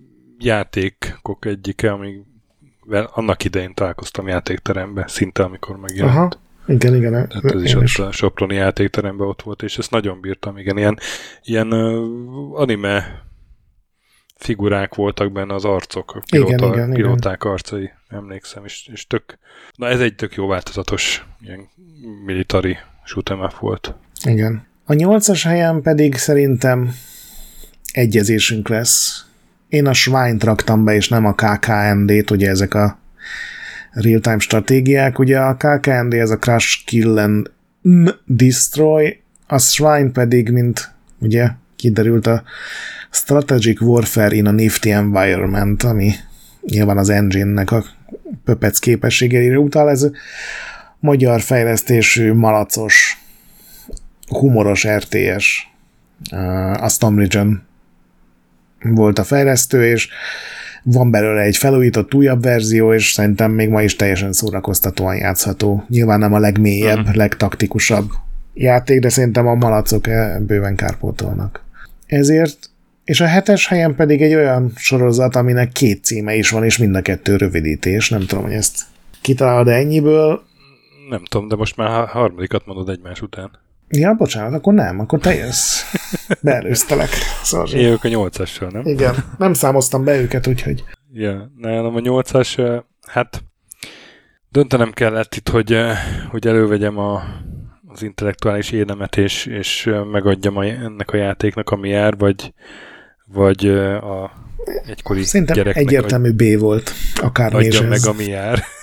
játékok egyike, amivel annak idején találkoztam játékterembe, szinte amikor megjelent. Aha. Igen. Tehát ez is ott a Soproni játékteremben ott volt, és ezt nagyon bírtam, igen. Ilyen anime figurák voltak benne az arcok, a pilóták arcai, emlékszem, és ez egy tök jó változatos ilyen military shoot'em up volt. Igen. A 8-as helyen pedig szerintem egyezésünk lesz. Én a Swine-t raktam be, és nem a KKND-t, ugye ezek a real-time stratégiák. Ugye a KKND ez a Crush, Kill and Destroy, a Swine pedig, mint ugye kiderült, a Strategic Warfare in a Nifty Environment, ami nyilván az engine-nek a pöpec képességeire utal. Ez magyar fejlesztésű, malacos, humoros RTS. A Storm Region volt a fejlesztő, és van belőle egy felújított újabb verzió, és szerintem még ma is teljesen szórakoztatóan játszható. Nyilván nem a legmélyebb, legtaktikusabb játék, de szerintem a malacok bőven kárpótolnak. Ezért, és a 7-es helyen pedig egy olyan sorozat, aminek 2 címe is van, és mind a 2 rövidítés. Nem tudom, hogy ezt kitalálod ennyiből. Nem tudom, de most már harmadikat mondod egymás után. Ja, bocsánat, akkor nem, akkor te jössz. Beelőztelek. Én ők a 8-assal, nem? Igen, nem számoztam be őket, úgyhogy... Ja, nálam a 8-as, hát döntenem kellett itt, hogy elővegyem az intellektuális énemet, és megadjam ennek a játéknak, ami jár, vagy a egykori szerintem gyereknek. Egyértelmű B volt, akár adjam meg, ami jár.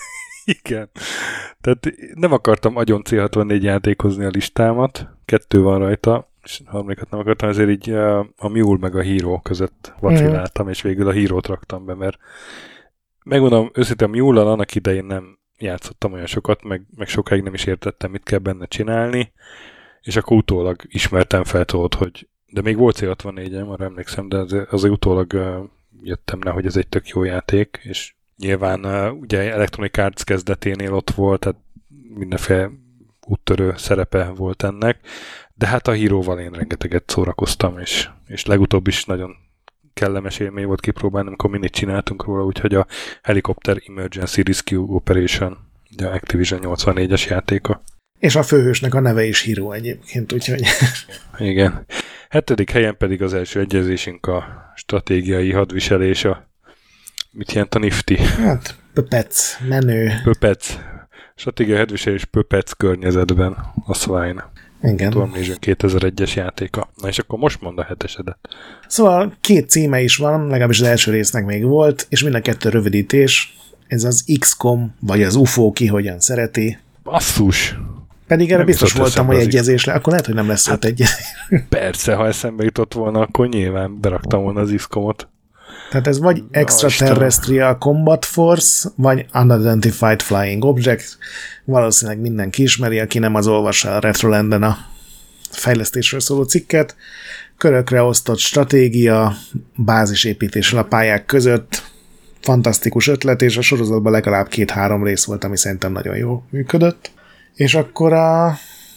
Igen. Tehát nem akartam agyon C64 játékozni a listámat, 2 van rajta, és harmadikat nem akartam, ezért így a Mule meg a Hero között vaciláltam, és végül a Hero-t raktam be, mert megmondom, őszintén a Mule-al annak idején nem játszottam olyan sokat, meg sokáig nem is értettem, mit kell benne csinálni, és akkor utólag ismertem fel tudod, hogy de még volt C64-em, arra emlékszem, de azért utólag jöttem rá, hogy ez egy tök jó játék, és nyilván ugye Electronic Arts kezdeténél ott volt, tehát mindenféle úttörő szerepe volt ennek, de hát a Hero-val én rengeteget szórakoztam, és legutóbb is nagyon kellemes élmény volt kipróbálni, amikor mindig csináltunk róla, úgyhogy a Helicopter Emergency Rescue Operation, ugye a Activision 84-es játéka. És a főhősnek a neve is Hero egyébként, úgyhogy... Igen. 7. helyen pedig az első egyezésünk a stratégiai hadviselés, mit jelent a Nifty? Hát, Pöpec, menő. Pöpec. Stratégiai hadviselés Pöpec környezetben, a Swine. Igen. Stormvision 2001-es játéka. Na és akkor most mondd a 7-esedet. Szóval 2 címe is van, legalábbis az első résznek még volt, és mind a 2 rövidítés. Ez az XCOM, vagy az UFO, ki hogyan szereti. Basszus! Pedig erre biztos voltam, hogy egyezés le, akkor lehet, hogy nem lesz hát, egyezés. Persze, ha eszembe jutott volna, akkor nyilván beraktam volna az XCOM-ot. Tehát ez vagy Extraterrestrial Combat Force, vagy Unidentified Flying Object. Valószínűleg mindenki ismeri, aki nem az olvassa a Retrolanden a fejlesztésről szóló cikket. Körökre osztott stratégia, bázisépítéssel a pályák között. Fantasztikus ötlet, és a sorozatban legalább 2-3 rész volt, ami szerintem nagyon jól működött. És akkor a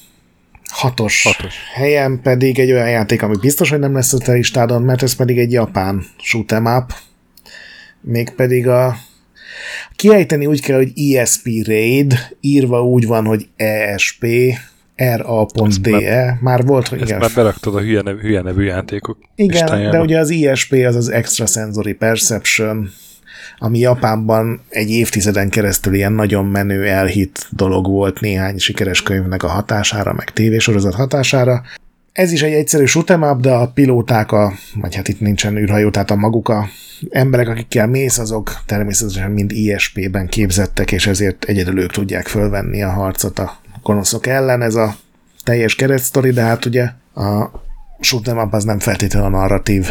6-os helyen pedig egy olyan játék, ami biztos, hogy nem lesz a te listádon, mert ez pedig egy japán shoot'em up. Mégpedig kiejteni úgy kell, hogy ESP Raid, írva úgy van, hogy ESP, RA.DE. Már volt, hogy igen. Ezt már beraktad a hülye nevű játékok. Igen, listájába. de ugye az ESP az az Extrasensory Perception, ami Japánban egy évtizeden keresztül ilyen nagyon menő elhitt dolog volt néhány sikeres könyvnek a hatására, meg tévésorozat hatására. Ez is egy egyszerű shoot'em up, de a pilóták, vagy hát itt nincsen űrhajó, tehát a maguk a emberek, akikkel mész, azok természetesen mind ISP-ben képzettek, és ezért egyedül ők tudják fölvenni a harcot a gonoszok ellen. Ez a teljes keretsztori, de hát ugye a shoot'em up az nem feltétlenül a narratív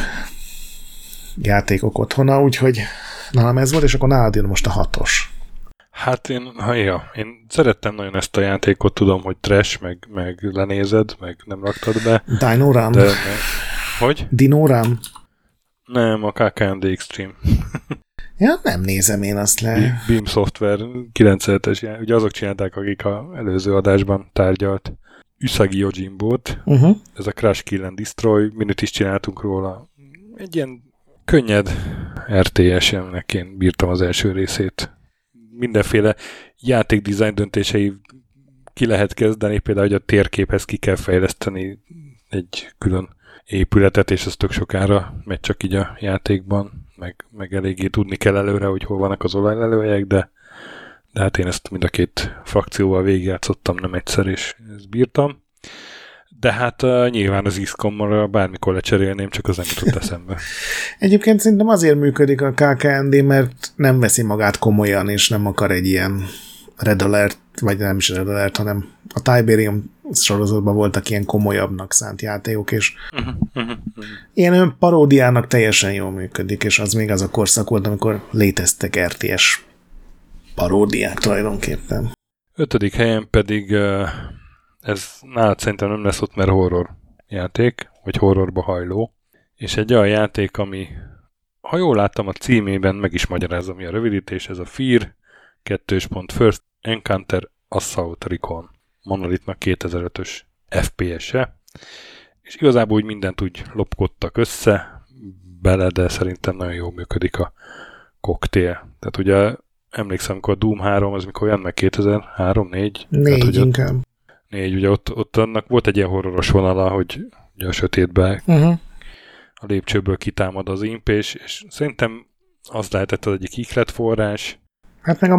játékok otthona, úgyhogy nálam ez volt, és akkor nálad jön most a 6-os. Hát én szerettem nagyon ezt a játékot, tudom, hogy trash, meg lenézed, meg nem raktad be. Dino Run? Hogy? Dino Run? Nem, a KKND Extreme. Ja, nem nézem én azt le. Beam Software 97-es, ugye azok csinálták, akik az előző adásban tárgyalt Usagi Yojimbo-t. Ez a Crash Kill and Destroy, minut is csináltunk róla. Egy ilyen könnyed RTS-nek én bírtam az első részét. Mindenféle játékdesign döntései ki lehet kezdeni, például, hogy a térképhez ki kell fejleszteni egy külön épületet, és ez tök sokára megy csak így a játékban, meg eléggé tudni kell előre, hogy hol vannak az olajlelőhelyek, de hát én ezt mind a 2 frakcióval végigjátszottam, nem egyszer, és ezt bírtam. De hát nyilván az XCOM-mal bármikor lecserélném, csak az nem jutott eszembe. Egyébként szerintem azért működik a KKND, mert nem veszi magát komolyan, és nem akar egy ilyen Red Alert, vagy nem is Red Alert, hanem a Tiberium sorozatban voltak ilyen komolyabbnak szánt játékok, és ilyen paródiának teljesen jól működik, és az még az a korszak volt, amikor léteztek RTS paródiák tulajdonképpen. 5. helyen pedig ez nálad szerintem nem lesz ott, mert horror játék, vagy horrorba hajló, és egy olyan játék, ami, ha jól láttam a címében, meg is magyarázom, mi a rövidítés, ez a Fear, First Encounter Assault Recon, Monolithnak 2005-ös FPS-e, és igazából úgy mindent úgy lopkodtak össze bele, de szerintem nagyon jól működik a koktél. Tehát ugye emlékszem, amikor a Doom 3, az mikor olyan meg 2003, 4? 4 inkább. 4, ugye ott annak volt egy ilyen horroros vonala, hogy ugye a sötétbe a lépcsőből kitámad az imp, és szerintem az lehetett az egyik ihletforrás. Hát meg a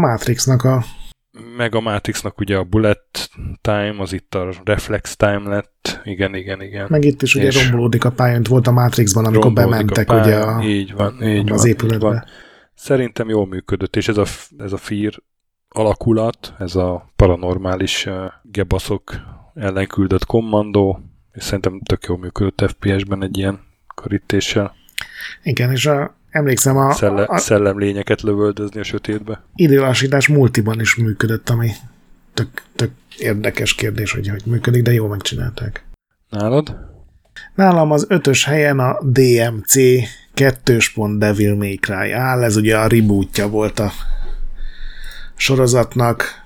Matrixnak ugye a bullet time, az itt a reflex time lett. Igen. Meg itt is ugye rombolódik a pályán, volt a Matrixban, amikor bementek ugye így van, az épületbe. Szerintem jól működött, és ez a Fear alakulat, ez a paranormális gebaszok ellen küldött kommandó, és szerintem tök jól működött FPS-ben egy ilyen karítéssel. Igen, és emlékszem a szellemlényeket lövöldözni a sötétbe. Időlassítás multiban is működött, ami tök érdekes kérdés, hogy működik, de jól megcsinálták. Nálad? Nálam az 5. helyen a DMC 2. Devil May Cry áll, ez ugye a rebootja volt a sorozatnak,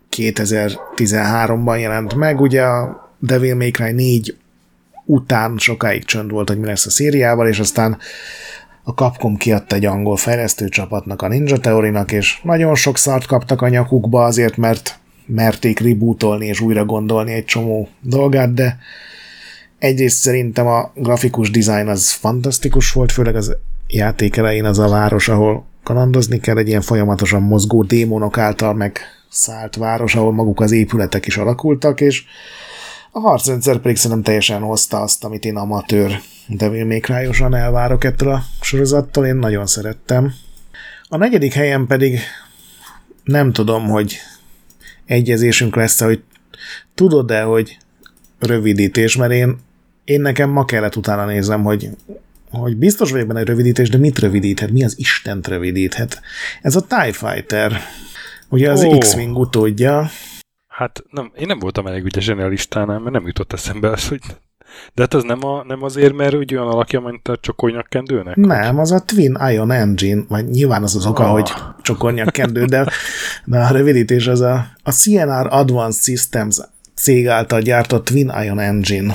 2013-ban jelent meg, ugye a Devil May Cry 4 után sokáig csönd volt, hogy mi lesz a szériával, és aztán a Capcom kiadta egy angol fejlesztőcsapatnak, a Ninja Theory-nak, és nagyon sok szart kaptak a nyakukba azért, mert merték rebootolni és újra gondolni egy csomó dolgát, de egyrészt szerintem a grafikus design az fantasztikus volt, főleg az játék elején az a város, ahol kalandozni kell, egy ilyen folyamatosan mozgó démonok által megszállt város, ahol maguk az épületek is alakultak, és a harcrendszer pedig szerintem teljesen hozta azt, amit én amatőr Devil May Cry-osan elvárok ettől a sorozattól, én nagyon szerettem. A 4. helyen pedig nem tudom, hogy egyezésünk lesz, hogy tudod-e, hogy rövidítés, mert én nekem ma kellett utána nézem, hogy biztos vagyok benne, hogy rövidítés, de mit rövidíthet? Mi az Istent rövidíthet? Ez a TIE Fighter. Ugye az X-Wing utódja. Hát én nem voltam elég ügyesen a listánál, mert nem jutott eszembe az, hogy... De hát az nem azért, mert úgy olyan alakja, mint a csokornyakkendőnek? Nem, az a Twin Ion Engine, vagy nyilván az oka, hogy csokornyakkendő, de a rövidítés az a CNR Advanced Systems cég által gyártott Twin Ion Engine.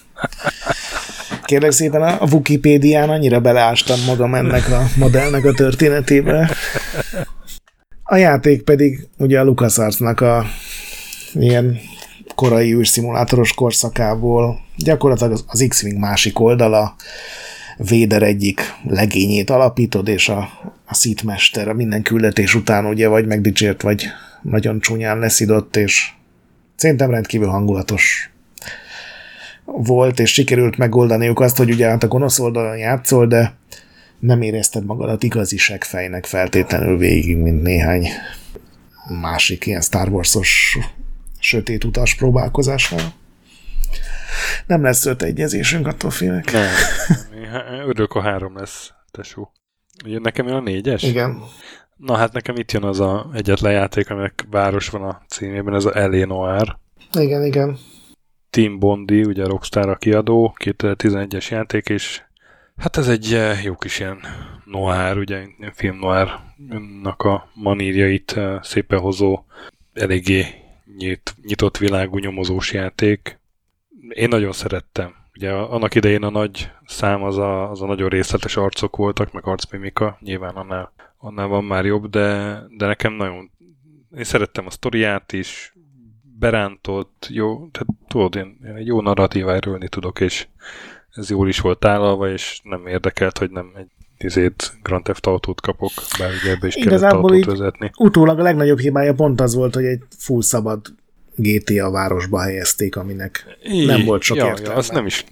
Kérlek szépen, a Wikipédián annyira beleástam magam ennek a modellnek a történetébe. A játék pedig ugye a LucasArts-nak a ilyen korai űrszimulátoros korszakából gyakorlatilag az X-Wing másik oldala, Vader egyik legényét alapítod, és a Sith mester a minden küldetés után ugye vagy megdicsért, vagy nagyon csúnyán leszidott, és szerintem rendkívül hangulatos volt, és sikerült megoldaniuk azt, hogy ugye hát a gonosz oldalon játszol, de nem érezted magadat igazi seggfejnek feltétlenül végig, mint néhány másik ilyen Star Wars-os sötét utas próbálkozással. Nem lesz 5 egyezésünk, attól félek. Nem. Örülök, a 3 lesz, tesó. Ugye nekem jön a 4-es? Igen. Na hát nekem itt jön az a egyetlen játék, aminek város van a címében, ez a L.A. Noire. Igen. Team Bondi, ugye a Rockstar a kiadó, 2011-es játék, és hát ez egy jó kis ilyen noir, ugye film noirnak a manírjait szépen hozó, eléggé nyitott világú nyomozós játék. Én nagyon szerettem. Ugye annak idején a nagy szám az a nagyon részletes arcok voltak, meg arcmimika, nyilván annál van már jobb, de nekem nagyon... Én szerettem a sztoriát is, berántott, jó, tehát tudod, én egy jó narratíváról tudok, és ez jól is volt tálalva, és nem érdekelt, hogy nem egy Grand Theft Autót kapok, bár ugye ebbe is kellett autót vezetni. Utólag a legnagyobb hibája pont az volt, hogy egy full szabad GTA városba helyezték, aminek nem volt sok értelme. Azt nem is.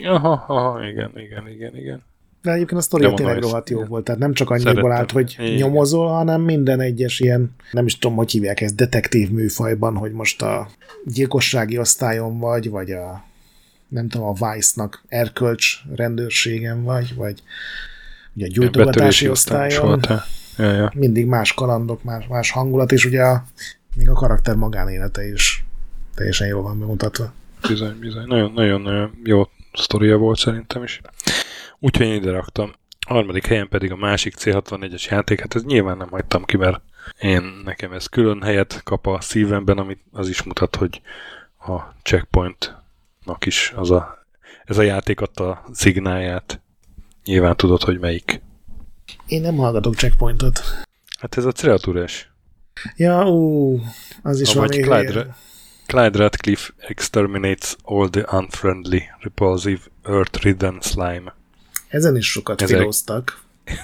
Igen. De egyébként a sztoria tényleg rohadt jó volt, tehát nem csak annyiból állt, hogy nyomozol, hanem minden egyes ilyen, nem is tudom, hogy hívják ezt, detektív műfajban, hogy most a gyilkossági osztályon vagy a nem tudom, a Vice-nak erkölcs rendőrségen vagy ugye a gyújtogatási osztályon. Ja. Mindig más kalandok, más hangulat, és ugye még a karakter magánélete is teljesen jól van bemutatva. Bizony. Nagyon jó sztoria volt szerintem is. Úgyhogy én ide raktam. A 3. helyen pedig a másik C64-es játék, hát ez nyilván nem hagytam ki, mert nekem ez külön helyet kap a szívemben, amit az is mutat, hogy a Checkpointnak is ez a játék adta a szignálját. Nyilván tudod, hogy melyik. Én nem hallgatok Checkpointot. Hát ez a Creatures. Ja, az is van. Clyde Radcliffe exterminates all the unfriendly, repulsive, earth-ridden slime. Ezen is sokat filóztak.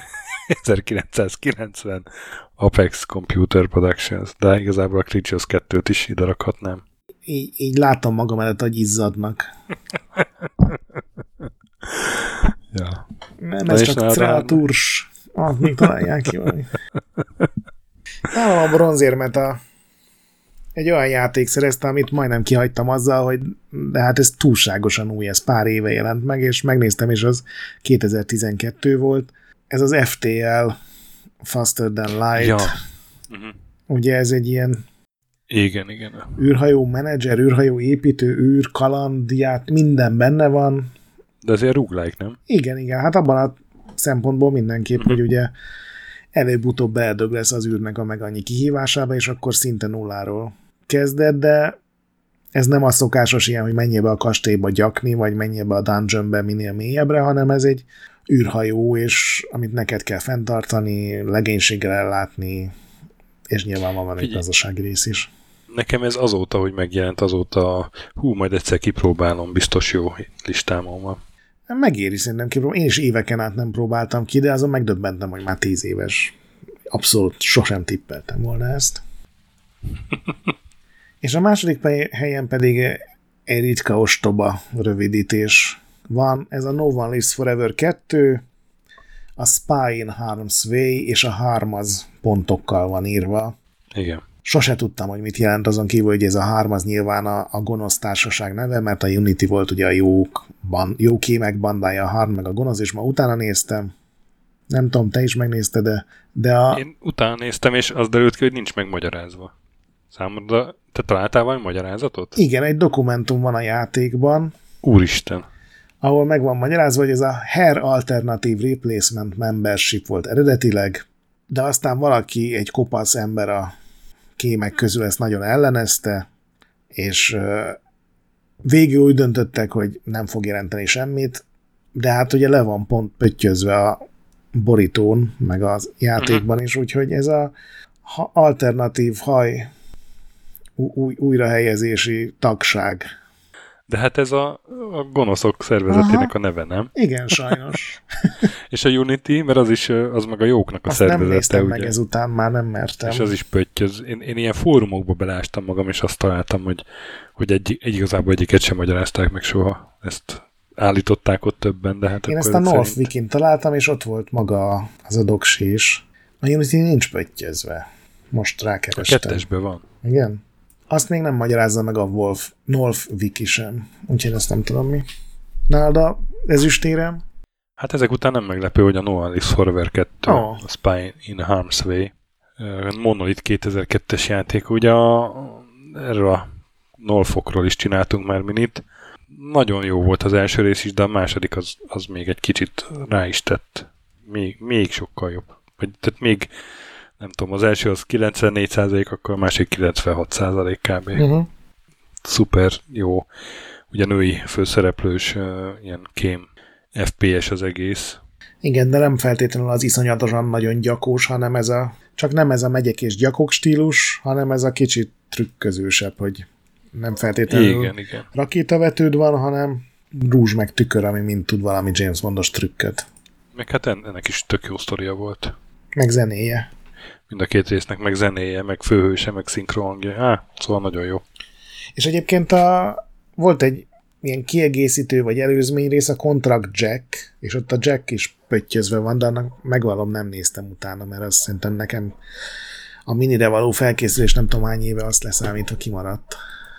1990 Apex Computer Productions, de igazából a Creatures 2-t is ide rakhatnám. Így látom magam előtt, hogy izzadnak. Ja. Nem, ez csak Creatures. Még találják ki valami. Nálam a bronzérmet a egy olyan játék szerezte, amit majdnem kihagytam azzal, hogy de hát ez túlságosan új, ez pár éve jelent meg, és megnéztem, és az 2012 volt. Ez az FTL, Faster Than Light. Ja. Ugye ez egy ilyen Igen. űrhajó menedzser, űrhajó építő, űrkalandját, minden benne van. De azért roguelike, nem? Igen, hát abban a szempontból mindenképp, hogy ugye előbb-utóbb beledög lesz az űrnek a meg annyi kihívásába, és akkor szinte nulláról kezded, de ez nem a szokásos ilyen, hogy menjél be a kastélyba gyakni, vagy menjél be a dungeonbe minél mélyebbre, hanem ez egy űrhajó, és amit neked kell fenntartani, legénységgel ellátni, és nyilván van egy gazdasági rész is. Nekem ez azóta, hogy megjelent, azóta majd egyszer kipróbálom, biztos jó listámon van. Megéri szerintem kipróbálni. Én is éveken át nem próbáltam ki, de azon megdöbbentem, hogy már 10 éves. Abszolút sosem tippeltem volna ezt. És a második helyen pedig egy ritka ostoba rövidítés van. Ez a No One Lives Forever 2, a Spy in Harm's Way és a Harmaz pontokkal van írva. Igen. Sose tudtam, hogy mit jelent, azon kívül, hogy ez a Harmaz nyilván a gonosz társaság neve, mert a Unity volt ugye a jó kémek bandája, a Harm meg a gonosz, és ma utána néztem. Nem tudom, te is megnézted, de Én utána néztem, és az derült ki, hogy nincs megmagyarázva. Számodra te találtál valami magyarázatot? Igen, egy dokumentum van a játékban. Úristen. Ahol meg van magyarázva, hogy ez a Hair Alternative Replacement Membership volt eredetileg, de aztán valaki, egy kopasz ember a kémek közül ezt nagyon ellenezte, és végül úgy döntöttek, hogy nem fog jelenteni semmit, de hát ugye le van pont pöttyözve a borítón, meg az játékban is, úgyhogy ez a alternatív haj újrahelyezési tagság. De hát ez a gonoszok szervezetének a neve, nem? Igen, sajnos. És a Unity, mert az meg a jóknak a azt szervezete. Nem néztem ugye? meg ezután, már nem mertem. És az is pöttyöz. Én ilyen fórumokba belástam magam, és azt találtam, hogy igazából egyiket sem magyarázták meg soha. Ezt állították ott többen, de hát én akkor ezt a North Wiki-n találtam, és ott volt maga az a doksi is. A Unity nincs pöttyözve. Most rákerestem. A 2-esben van. Igen? Azt még nem magyarázza meg a North Wiki sem. Úgyhogy ezt nem tudom mi. Nálad a ezüstérem? Hát ezek után nem meglepő, hogy a No One Lives Forever 2, a Spy in Harm's Way, Monolith 2002-es játék. Ugye erről a Norfolkról is csináltunk már minit. Nagyon jó volt az első rész is, de a második az még egy kicsit rá is tett. Még sokkal jobb. Tehát még, nem tudom, az első az 94%, akkor a másik 96% kb. Uh-huh. Szuper jó. Ugye női főszereplős, ilyen kém FPS az egész. Igen, de nem feltétlenül az iszonyatosan nagyon gyakós, hanem csak nem ez a megyek és gyakok stílus, hanem ez a kicsit trükközősebb, hogy nem feltétlenül igen. rakétavetőd van, hanem rúzs meg tükör, ami mind tud valami James Bondos trükköt. Meg hát ennek is tök jó sztoria volt. Meg zenéje. Mind a két résznek meg zenéje, meg főhőse, meg szinkronhangja. Szóval nagyon jó. És egyébként volt egy ilyen kiegészítő vagy előzmény rész, a Contract Jack, és ott a Jack is pöttyözve van, de annak megvallom nem néztem utána, mert azt szerintem nekem a minire való felkészülés nem tudom hány éve azt leszámítva kimaradt.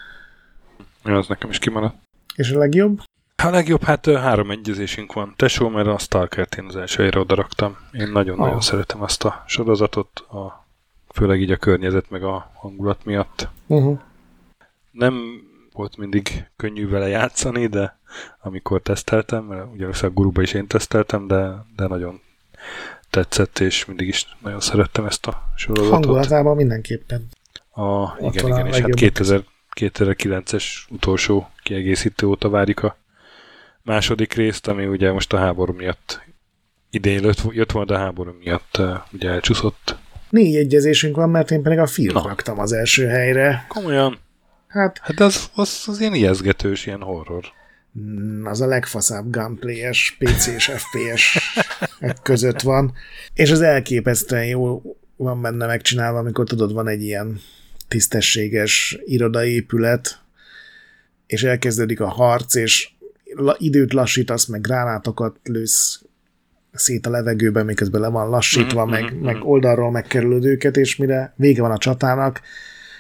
Ja, az nekem is kimaradt. És a legjobb? A legjobb, hát 3 egyezésünk van. Tesó, mert a Stalkert én az első helyre odaraktam. Én nagyon-nagyon szeretem azt a sorozatot, főleg így a környezet meg a hangulat miatt. Uh-huh. Nem volt mindig könnyű vele játszani, de amikor teszteltem, mert ugyanúgy a guruba is én teszteltem, de nagyon tetszett, és mindig is nagyon szerettem ezt a sorozatot. Hangulatában mindenképpen. Igen, és hát 2009-es utolsó kiegészítő óta várjuk a második részt, ami ugye most a háború miatt idén jött volna, a háború miatt ugye elcsúszott. 4 egyezésünk van, mert én pedig a film raktam az első helyre. Komolyan? Hát az ilyen ijeszgetős, ilyen horror. Az a legfaszább gunplay-es, PC-s FPS között van. És az elképesztően jó van benne megcsinálva, amikor tudod, van egy ilyen tisztességes irodaépület, és elkezdődik a harc, és időt lassítasz, meg gránátokat lősz szét a levegőben, miközben le van lassítva, meg oldalról megkerülöd őket, és mire vége van a csatának,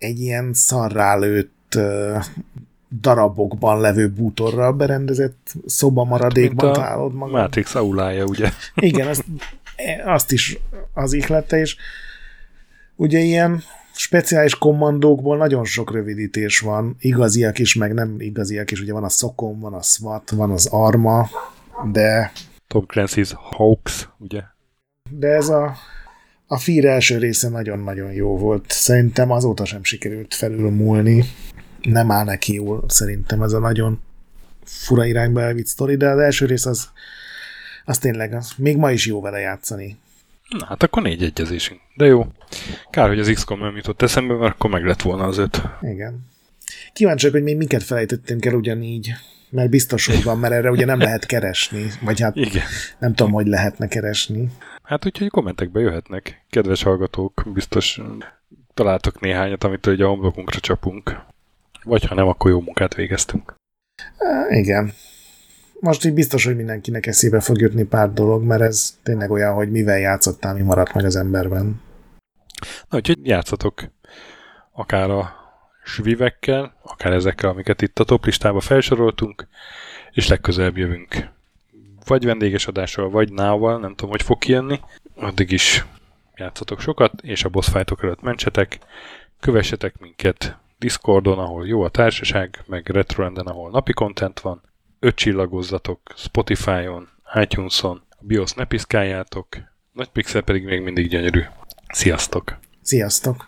egy ilyen szarrálőtt darabokban levő bútorral berendezett szobamaradékban találod magad. Matrix aulája, ugye? Igen, azt is az ihlette, és ugye ilyen speciális kommandókból nagyon sok rövidítés van, igaziak is, meg nem igaziak is, ugye van a SOCOM, van a SWAT, van az ARMA, de... Tom Clancy's Hawks, ugye? De ez a FEAR első része nagyon-nagyon jó volt. Szerintem azóta sem sikerült felülmúlni. Nem áll neki jól, szerintem ez a nagyon fura irányba elvitt sztori, de az első rész az tényleg, még ma is jó vele játszani. Na, hát akkor 4 egyezésünk. De jó. Kár, hogy az XCOM nem jutott eszembe, mert akkor meg lett volna az 5. Igen. Kíváncsiak, hogy még minket felejtettünk el ugyanígy, mert biztos, hogy van, mert erre ugye nem lehet keresni, vagy hát igen. Nem tudom, hogy lehetne keresni. Hát úgyhogy kommentekbe jöhetnek. Kedves hallgatók, biztos találtok néhányat, amit ugye a homlokunkra csapunk. Vagy ha nem, akkor jó munkát végeztünk. Igen. Most így biztos, hogy mindenkinek eszébe fog jutni pár dolog, mert ez tényleg olyan, hogy mivel játszottál, mi maradt meg az emberben. Na, úgyhogy játszatok akár a svivekkel, akár ezekkel, amiket itt a top listába felsoroltunk, és legközelebb jövünk. Vagy vendéges adással, vagy nával, nem tudom, hogy fog kijönni. Addig is játszatok sokat, és a boss fightok előtt mentsetek. Kövessetek minket Discordon, ahol jó a társaság, meg Retroranden, ahol napi content van. 5 csillagozzatok Spotify-on, iTunes-on, a BIOS ne piszkáljátok, Nagy Pixel pedig még mindig gyönyörű. Sziasztok! Sziasztok!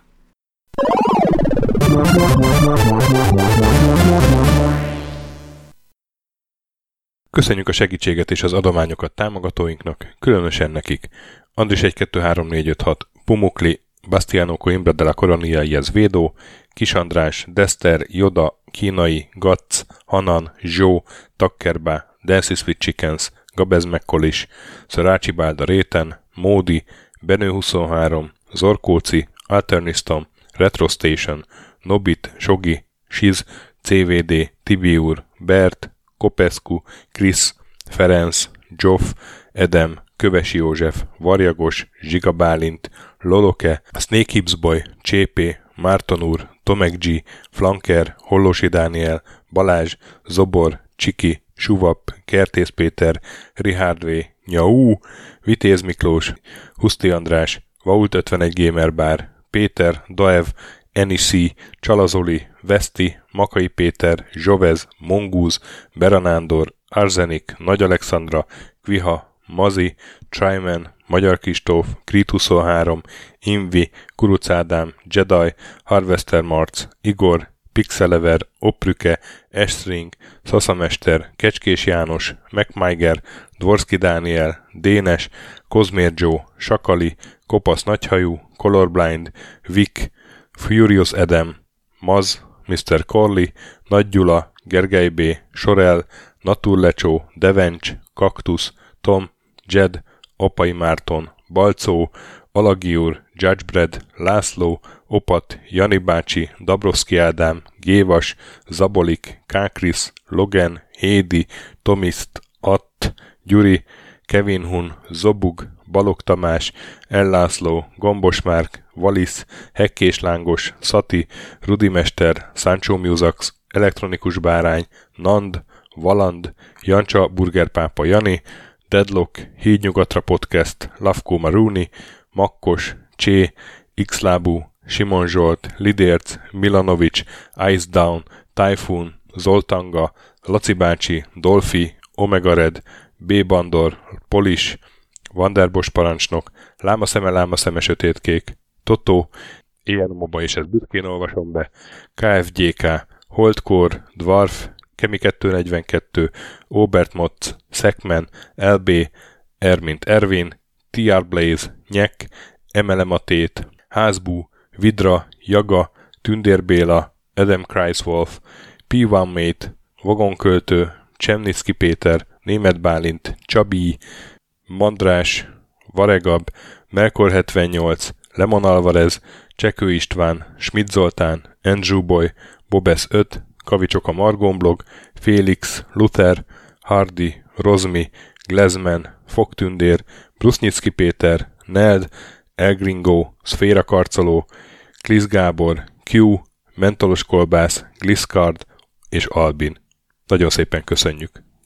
Köszönjük a segítséget és az adományokat támogatóinknak, különösen nekik. Andris 1, 2, 3, 4, 5, 6, Pumukli, Bastiano Coimbra de la Coronia Iez Védó, Kis András, Dester, Joda, Kínai, Gatz, Hanan, Zsó, Takkerbá, Dancy Sweet Chickens, Gabez Mekkolis, Szarácsi Bálda Réten, Módi, Benő 23, Zorkóci, Alternisztom, Retro Station, Nobit, Sogi, Siz, CVD, Tibiur, Bert, Kopescu, Krisz, Ferenc, Zsoff, Edem, Kövesi József, Varjagos, Zsiga Bálint, Loloke, Snake Hips Boy, Csépé, Márton úr, Tomek G, Flanker, Hollósi Dániel, Balázs, Zobor, Csiki, Suvap, Kertész Péter, Richard V, Nyau, Vitéz Miklós, Huszti András, Vault 51 Gamer Bar, Péter, Daev, Enisi, Csalazoli, Veszti, Makai Péter, Zsovez, Mongúz, Beranándor, Arzenik, Nagy Alexandra, Kviha, Mazi, Tryman, Magyar Kristóf, Krit23, Invi, Kuruc Ádám, Jedi, Harvester Marc, Igor, Pixelever, Oprüke, Estring, Szaszamester, Kecskés János, MacMiger, Dvorski Dániel, Dénes, Kozmér Joe, Sakali, Kopasz Nagyhajú, Colorblind, Vic, Furious Edem, Maz, Mr. Corley, Nagy Gyula, Gergely B., Sorel, Naturlecsó, Devencs, Kaktusz, Tom, Jed, Apai Márton, Balcó, Alagiur, Judgebred, László, Opat, Jani bácsi, Dabrowski Ádám, Gévas, Zabolik, Kákris, Logan, Hédi, Tomiszt, Att, Gyuri, Kevin Hun, Zobug, Balog Tamás, Ellászló, Gombos Márk, Valisz, Hekkés Lángos, Szati, Rudimester, Sancho Musax, Elektronikus Bárány, Nand, Valand, Jancsa Burgerpápa Jani, Deadlock, Hídnyugatra Podcast, Lavko Maruni, Makkos, Csé, Xlábú, Simon Zsolt, Lidérc, Milanovic, Ice Down, Typhoon, Zoltanga, Laci bácsi, Dolfi, Omega Red, B. Bandor, Polis, Vanderbos parancsnok, Lámaszeme sötétkék, Totó, ilyen moba és ezt büszkén olvasom be, KFGK, Holdcore, Dwarf, Kemi 242, Obert Motz, Szekmen, LB, Ermint Ervin, TR Blaze, Nyek, Emelematét, Házbú, Vidra, Jaga, Tündér Béla, Adam Kreiswolf, P1 Mate, Vagonköltő, Csemnicki Péter, Németh Bálint, Csabi, Mandrás, Varegab, Melkor 78, Lemon Alvarez, Csekő István, Schmidt Zoltán, Andrew Boy, Bobesz 5, Kavicsok a Margonblog, Félix, Luther, Hardy, Rozmi, Glezman, Fogtündér, Brusznyicki Péter, Neld, Elgringo, Szféra Karcoló, Klisz Gábor, Q, Mentolos Kolbász, Gliscard és Albin. Nagyon szépen köszönjük!